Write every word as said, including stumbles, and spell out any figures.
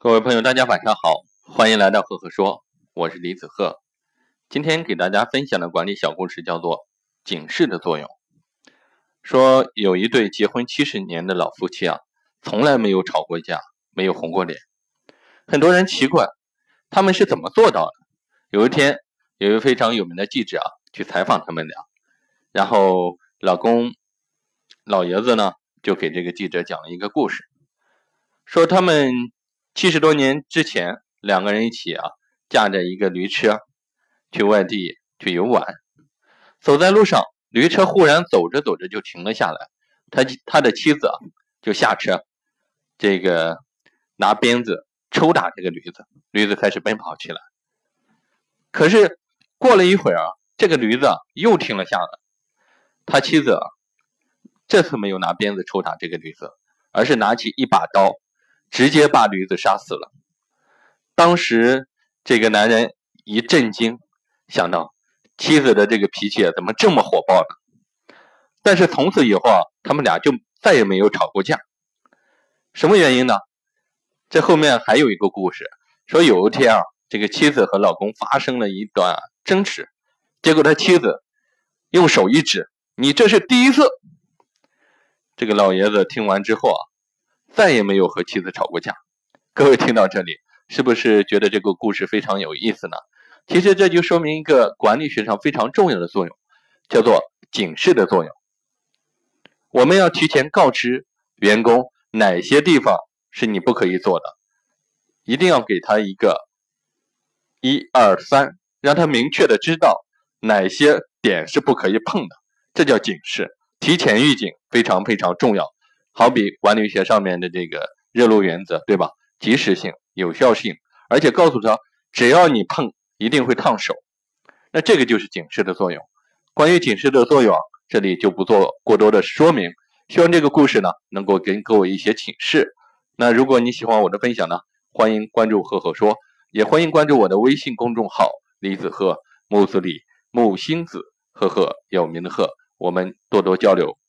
各位朋友，大家晚上好，欢迎来到赫赫说，我是李子赫。今天给大家分享的管理小故事叫做警示的作用。说有一对结婚七十年的老夫妻啊，从来没有吵过架，没有红过脸。很多人奇怪，他们是怎么做到的？有一天，有一位非常有名的记者啊，去采访他们俩，然后老公老爷子呢，就给这个记者讲了一个故事，说他们七十多年之前，两个人一起啊，驾着一个驴车去外地去游玩。走在路上，驴车忽然走着走着就停了下来，他他的妻子啊就下车，这个拿鞭子抽打这个驴子，驴子开始奔跑起来。可是过了一会儿啊，这个驴子啊又停了下来，他妻子啊这次没有拿鞭子抽打这个驴子，而是拿起一把刀，直接把驴子杀死了。当时这个男人一震惊，想到妻子的这个脾气怎么这么火爆呢？但是从此以后啊，他们俩就再也没有吵过架。什么原因呢？这后面还有一个故事，说有一天啊，这个妻子和老公发生了一段争执，结果他妻子用手一指，你这是第一次。这个老爷子听完之后啊，再也没有和妻子吵过架。各位听到这里，是不是觉得这个故事非常有意思呢？其实这就说明一个管理学上非常重要的作用，叫做警示的作用。我们要提前告知员工哪些地方是你不可以做的，一定要给他一个一二三，让他明确的知道哪些点是不可以碰的，这叫警示。提前预警非常非常重要，好比管理学上面的这个热络原则，对吧？及时性、有效性，而且告诉他只要你碰一定会烫手，那这个就是警示的作用。关于警示的作用，这里就不做过多的说明，希望这个故事呢能够给各位一些启示。那如果你喜欢我的分享呢，欢迎关注赫赫说，也欢迎关注我的微信公众号李子赫，木子李，木星子，赫赫有名的赫，我们多多交流。